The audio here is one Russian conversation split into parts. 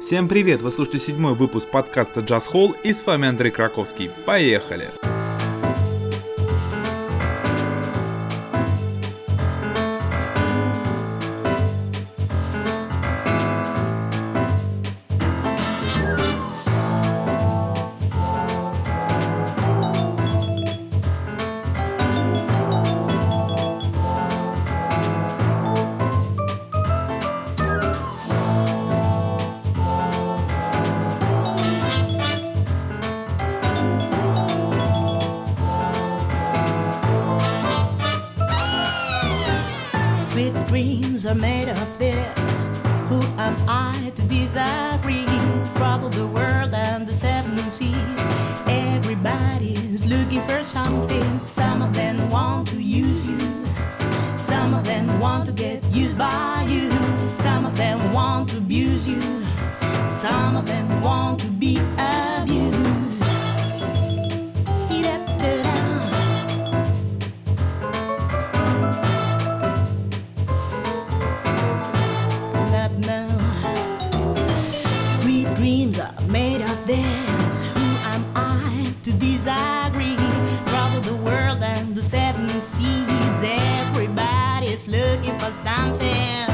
Всем привет! Вы слушаете 7-й выпуск подкаста Jazz Hall, и с вами Андрей Краковский. Поехали! Sweet dreams are made of this. Who am I to disagree? Trouble the world and the seven seas. Everybody's looking for something. Some of them want to use you. Some of them want to get used by you. Some of them want to abuse you. Some of them want to be abused. Made of this, who am I to disagree? Trouble the world and the seven seas. Everybody's looking for something.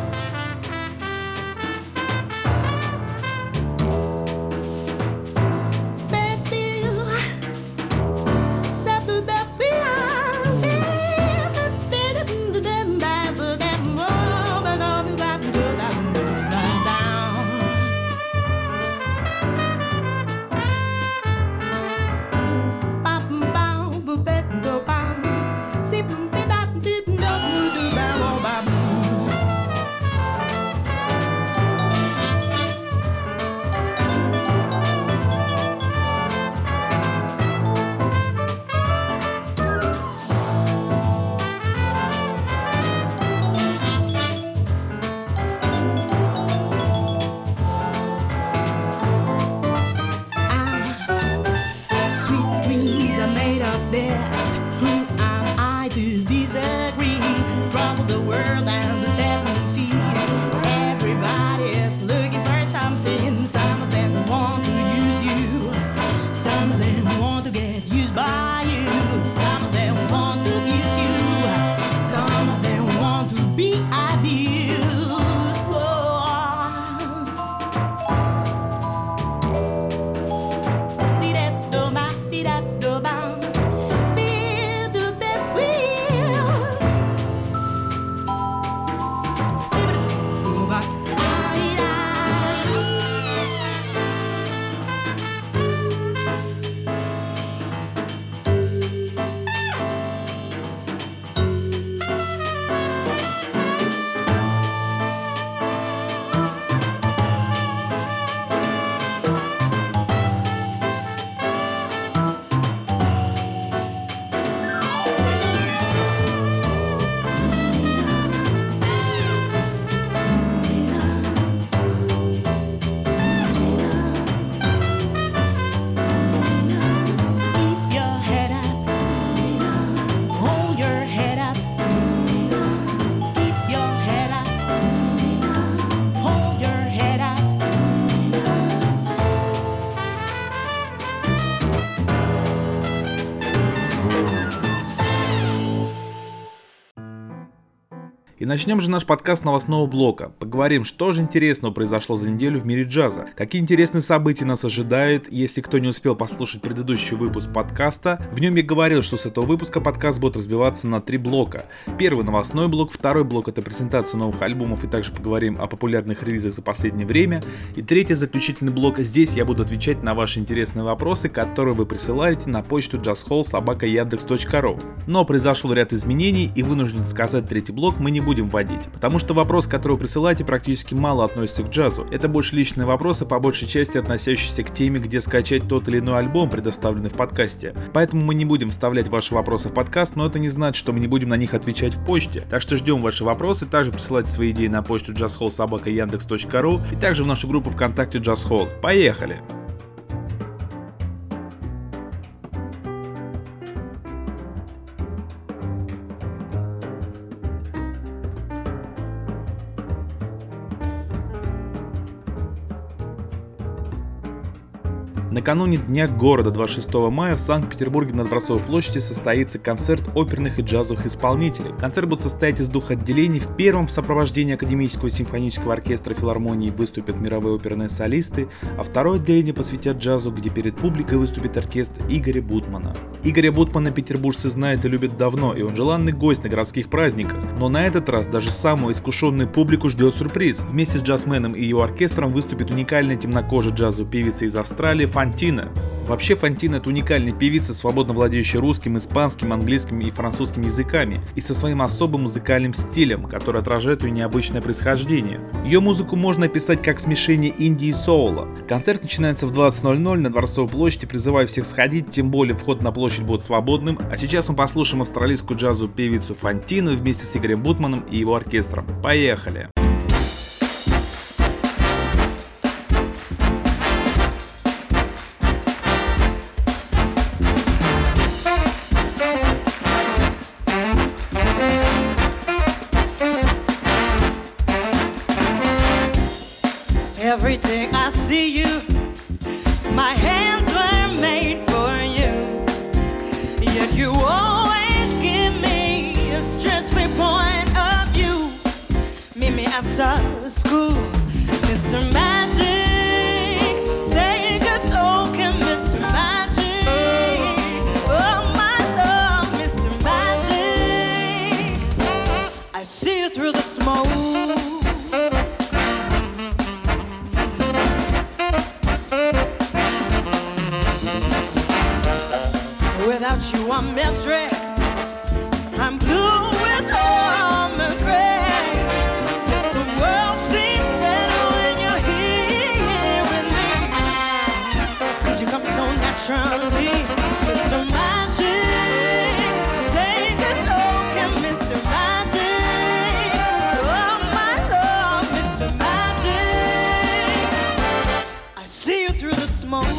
И начнем же наш подкаст с новостного блока. Поговорим, что же интересного произошло за неделю в мире джаза, какие интересные события нас ожидают. Если кто не успел послушать предыдущий выпуск подкаста, в нем я говорил, что с этого выпуска подкаст будет разбиваться на 3 блока. Первый — новостной блок, второй блок — это презентация новых альбомов, и также поговорим о популярных релизах за последнее время. И третий — заключительный блок. Здесь я буду отвечать на ваши интересные вопросы, которые вы присылаете на почту jazzhall@yandex.ru. Но произошел ряд изменений, и вынужден сказать, третий блок мы не будем вводить, потому что вопрос, который вы присылаете, практически мало относится к джазу. Это больше личные вопросы, по большей части относящиеся к теме, где скачать тот или иной альбом, предоставленный в подкасте. Поэтому мы не будем вставлять ваши вопросы в подкаст, но это не значит, что мы не будем на них отвечать в почте. Так что ждем ваши вопросы, также присылайте свои идеи на почту jazzhall@yandex.ru и также в нашу группу ВКонтакте Jazz Hall. Поехали! Накануне Дня города 26 мая в Санкт-Петербурге на Дворцовой площади состоится концерт оперных и джазовых исполнителей. Концерт будет состоять из двух отделений. В первом в сопровождении Академического симфонического оркестра филармонии выступят мировые оперные солисты, а второе отделение посвятят джазу, где перед публикой выступит оркестр Игоря Бутмана. Игоря Бутмана петербуржцы знают и любят давно, и он желанный гость на городских праздниках. Но на этот раз даже самую искушенную публику ждет сюрприз. Вместе с джазменом и его оркестром выступит уникальная темнокожая джазовая певица из Австралии Фантина. Вообще Фантина — это уникальная певица, свободно владеющая русским, испанским, английским и французским языками, и со своим особым музыкальным стилем, который отражает ее необычное происхождение. Ее музыку можно описать как смешение инди и соула. Концерт начинается в 20:00 на Дворцовой площади, призываю всех сходить, тем более вход на площадь будет свободным. А сейчас мы послушаем австралийскую джазовую певицу Фантину вместе с Игорем Бутманом и его оркестром. Поехали! Every day I see you, my hands were made for you. Yet you always give me a stress-free point of view. Meet me after school, Mr. Magic. Take a token, Mr. Magic. Oh, my love, Mr. Magic. I see you through the smoke. Without you I'm misery, I'm blue with all my gray. The world seems better when you're here with me, 'cause you come so naturally, Mr. Magic. Take a token, Mr. Magic. Oh, my love, Mr. Magic. I see you through the smoke.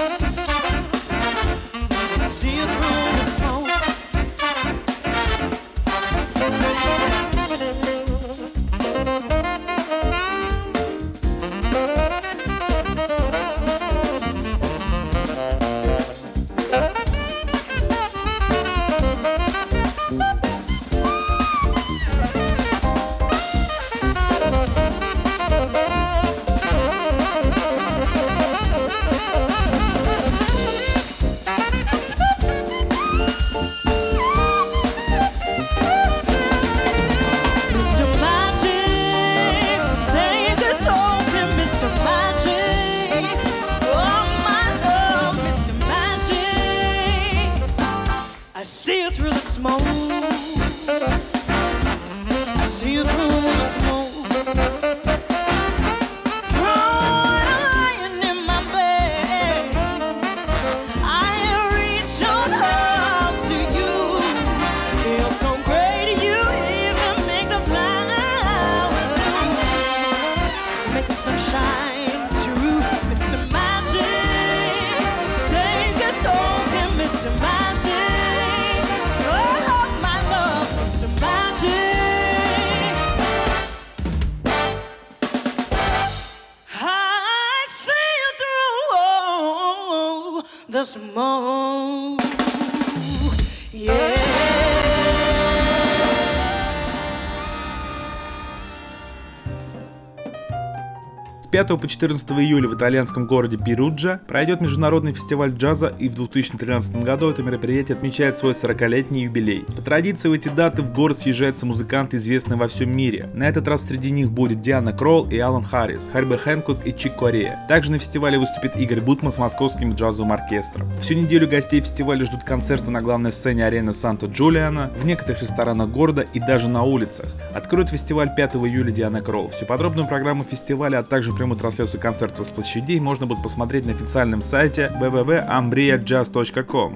See you through the smoke. The smoke, yeah. С 5 по 14 июля в итальянском городе Перуджа пройдет международный фестиваль джаза, и в 2013 году это мероприятие отмечает свой 40-летний юбилей. По традиции в эти даты в город съезжаются музыканты, известные во всем мире. На этот раз среди них будет Диана Кролл и Алан Харрис, Харби Хэнкок и Чик Корея. Также на фестивале выступит Игорь Бутман с московским джазовым оркестром. Всю неделю гостей фестиваля ждут концерты на главной сцене арены Санто-Джулиано, в некоторых ресторанах города и даже на улицах. Откроет фестиваль 5 июля Диана Кролл. Всю подробную программу фестиваля, а также прямую трансляцию концертов с площадей можно будет посмотреть на официальном сайте www.ambriajazz.com.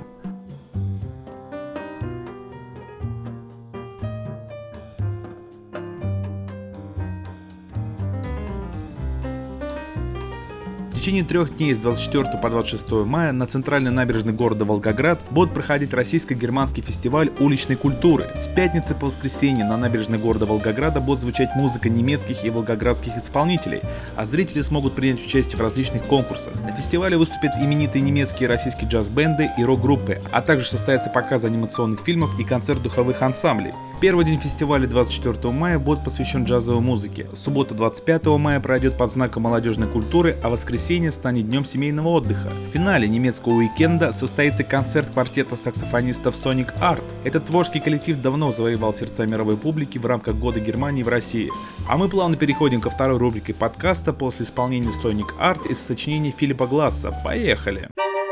В течение 3 дней с 24 по 26 мая на центральной набережной города Волгоград будет проходить российско-германский фестиваль уличной культуры. С пятницы по воскресенье на набережной города Волгограда будет звучать музыка немецких и волгоградских исполнителей, а зрители смогут принять участие в различных конкурсах. На фестивале выступят именитые немецкие и российские джаз-бенды и рок-группы, а также состоятся показы анимационных фильмов и концерт духовых ансамблей. Первый день фестиваля 24 мая будет посвящен джазовой музыке. Суббота 25 мая пройдет под знаком молодежной культуры, а воскресенье станет днем семейного отдыха. В финале немецкого уикенда состоится концерт квартета саксофонистов Sonic Art. Этот творческий коллектив давно завоевал сердца мировой публики в рамках Года Германии в России. А мы плавно переходим ко второй рубрике подкаста после исполнения Sonic Art из сочинений Филиппа Гласса. Поехали!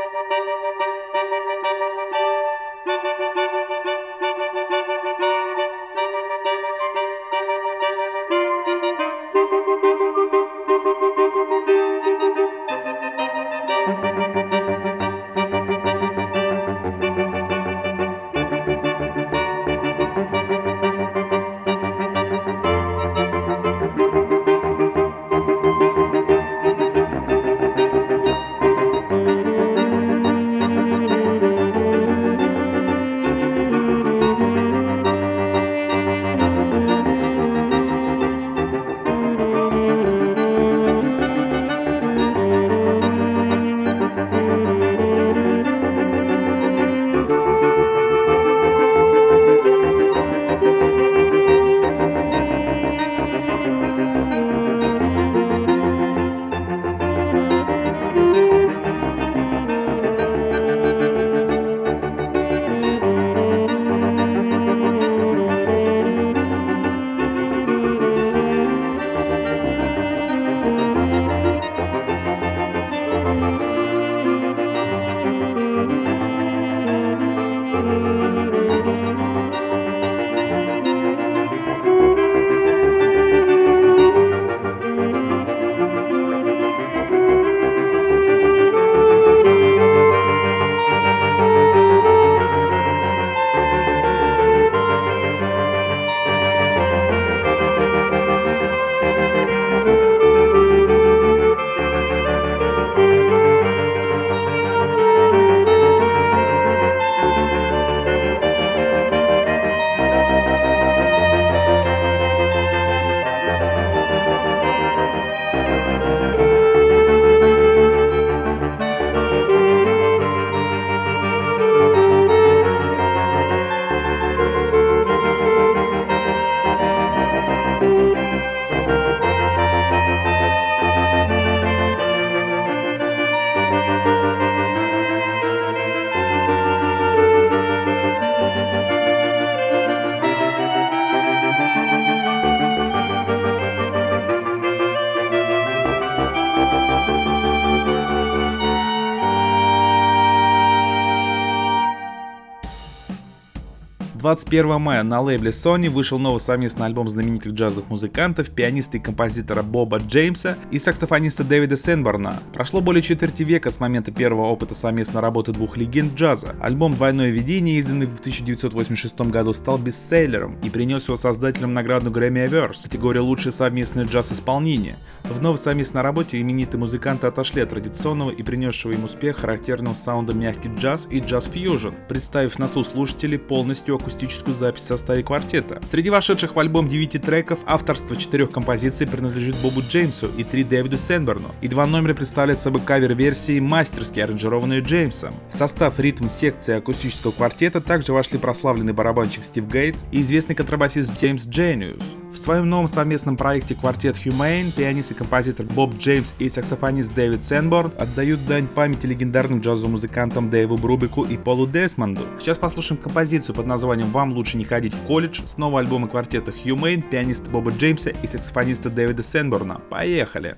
Двадцать 21 мая на лейбле Sony вышел новый совместный альбом знаменитых джазовых музыкантов, пианиста и композитора Боба Джеймса и саксофониста Дэвида Сенборна. Прошло более четверти века с момента первого опыта совместной работы двух легенд джаза. Альбом «Двойное видение», изданный в 1986 году, стал бестселлером и принес его создателям награду Grammy Awards в категории «Лучшее совместное джаз-исполнение». В новой совместной работе именитые музыканты отошли от традиционного и принесшего им успех характерного саунда мягкий джаз и джаз-фьюжн, представив на суд слушателей полностью акустическую запись в составе квартета. Среди вошедших в альбом 9 треков авторство 4 композиций принадлежит Бобу Джеймсу и 3 Дэвиду Сенборну, и 2 номера представляют собой кавер-версии, мастерски аранжированные Джеймсом. В состав ритм-секции акустического квартета также вошли прославленный барабанщик Стив Гейт и известный контрабасист Джеймс Джениус. В своем новом совместном проекте квартет Humane пианист и композитор Боб Джеймс и саксофонист Дэвид Сенборн отдают дань памяти легендарным джазовым музыкантам Дэйву Брубику и Полу Десмонду. Сейчас послушаем композицию под названием «Вам лучше не ходить в колледж» с нового альбома квартета Humane, пианиста Боба Джеймса и саксофониста Дэвида Сенборна. Поехали!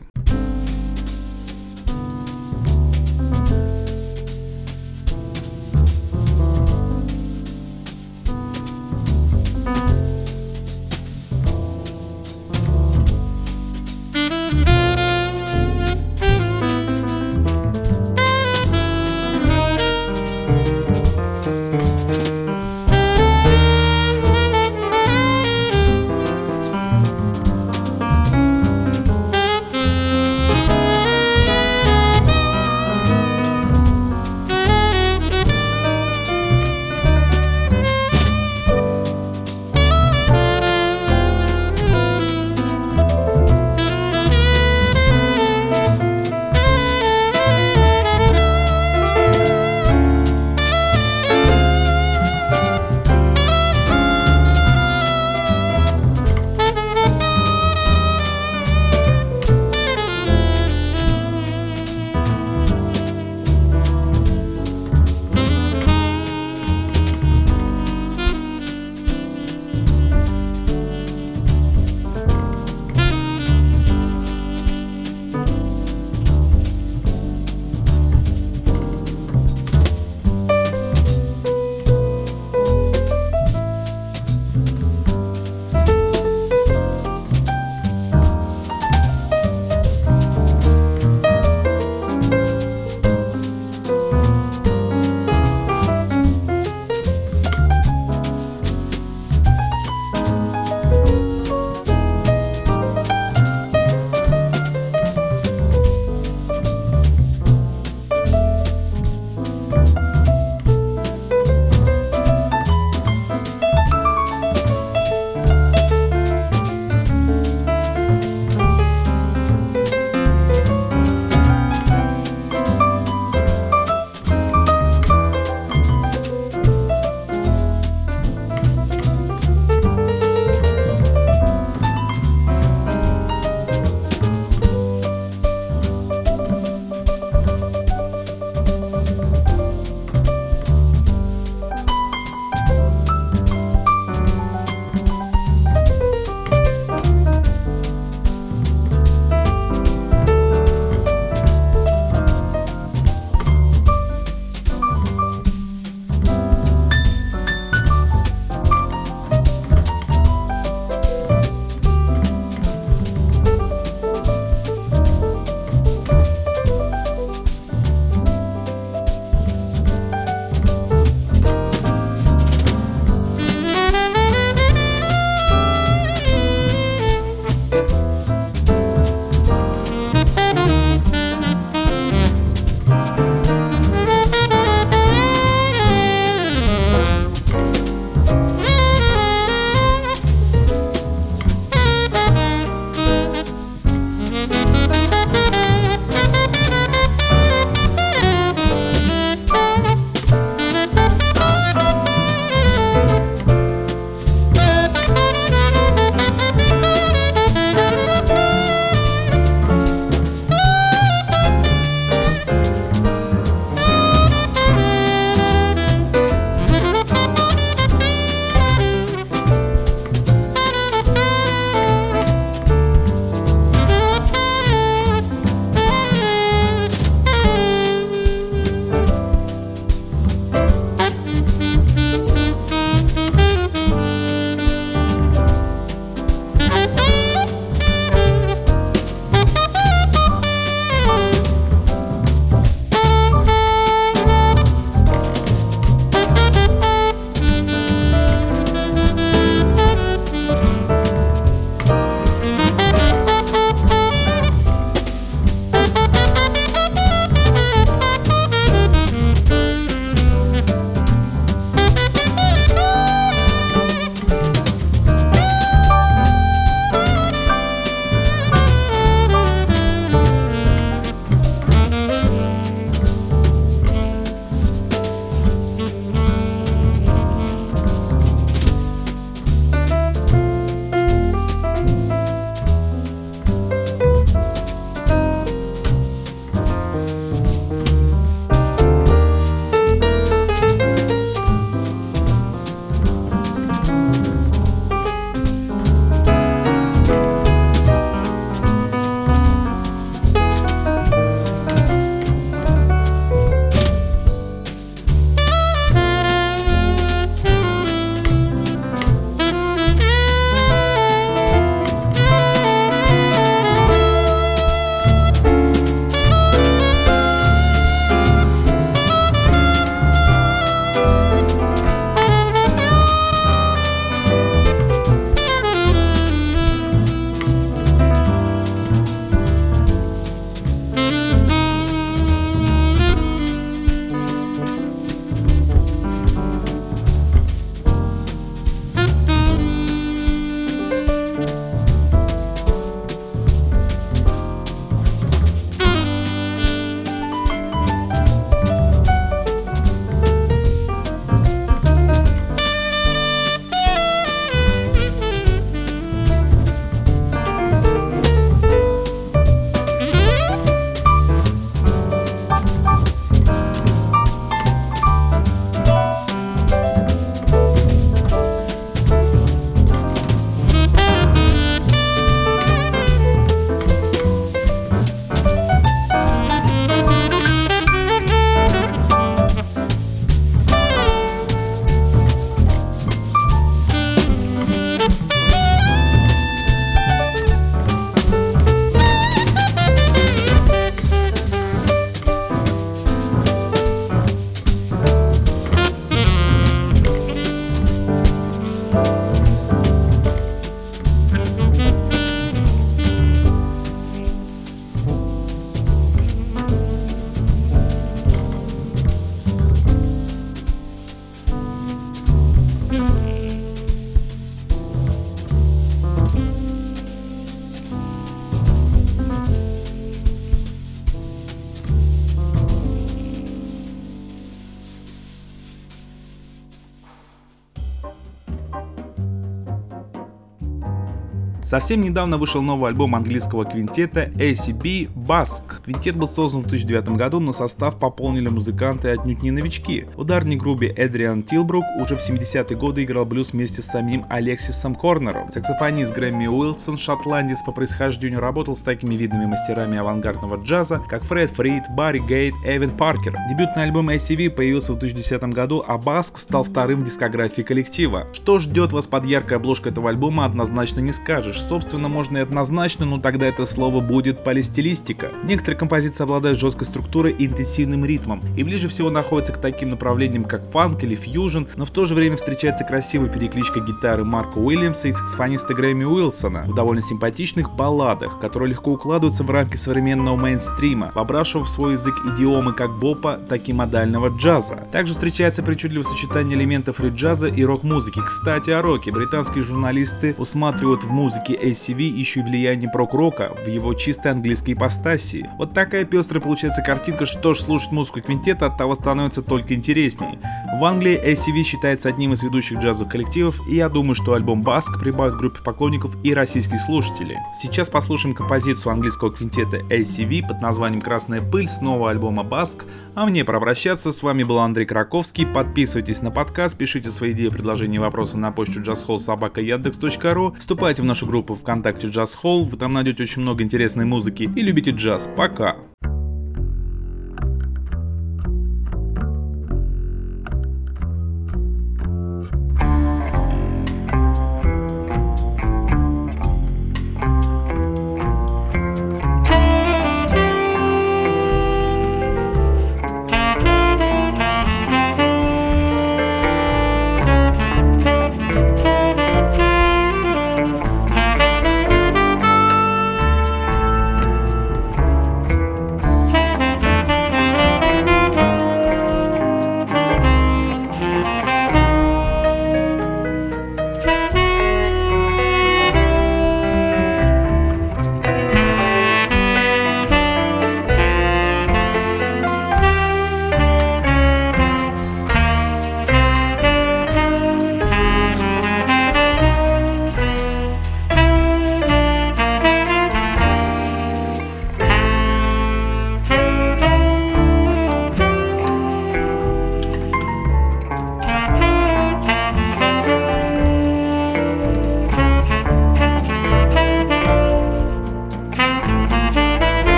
Совсем недавно вышел новый альбом английского квинтета ACB Basque. Квинтет был создан в 2009 году, но состав пополнили музыканты отнюдь не новички. Ударник груби Эдриан Тилбрук уже в 70-е годы играл блюз вместе с самим Алексисом Корнером. Саксофонист Грэмми Уилсон, шотландец по происхождению, работал с такими видными мастерами авангардного джаза, как Фред Фрид, Барри Гейт, Эван Паркер. Дебютный альбом ACV появился в 2010 году, а Basque стал вторым в дискографии коллектива. Что ждет вас под яркой обложкой этого альбома, однозначно не скажешь. Собственно, можно и однозначно, но тогда это слово будет полистилистика. Некоторые композиции обладают жесткой структурой и интенсивным ритмом, и ближе всего находятся к таким направлениям, как фанк или фьюжн, но в то же время встречается красивая перекличка гитары Марка Уильямса и саксофониста Грэмми Уилсона в довольно симпатичных балладах, которые легко укладываются в рамки современного мейнстрима, вобравшего в свой язык идиомы как бопа, так и модального джаза. Также встречается причудливое сочетание элементов фри-джаза и рок-музыки. Кстати, о роке. Британские журналисты усматривают в музыке ACV еще и влияние прок-рока в его чистой английской ипостаси. Вот такая пестрая получается картинка. Что ж, слушать музыку квинтета от того становится только интереснее. В Англии ACV считается одним из ведущих джазовых коллективов, и я думаю, что альбом Basque прибавит к группе поклонников и российских слушателей. Сейчас послушаем композицию английского квинтета ACV под названием «Красная пыль» с нового альбома Basque. А мне пора прощаться. С вами был Андрей Краковский. Подписывайтесь на подкаст, пишите свои идеи, предложения, вопросы на почту jazzhall@yandex.ru. Вступайте в нашу группу ВКонтакте Jazz Hall, вы там найдете очень много интересной музыки и любите джаз. Пока!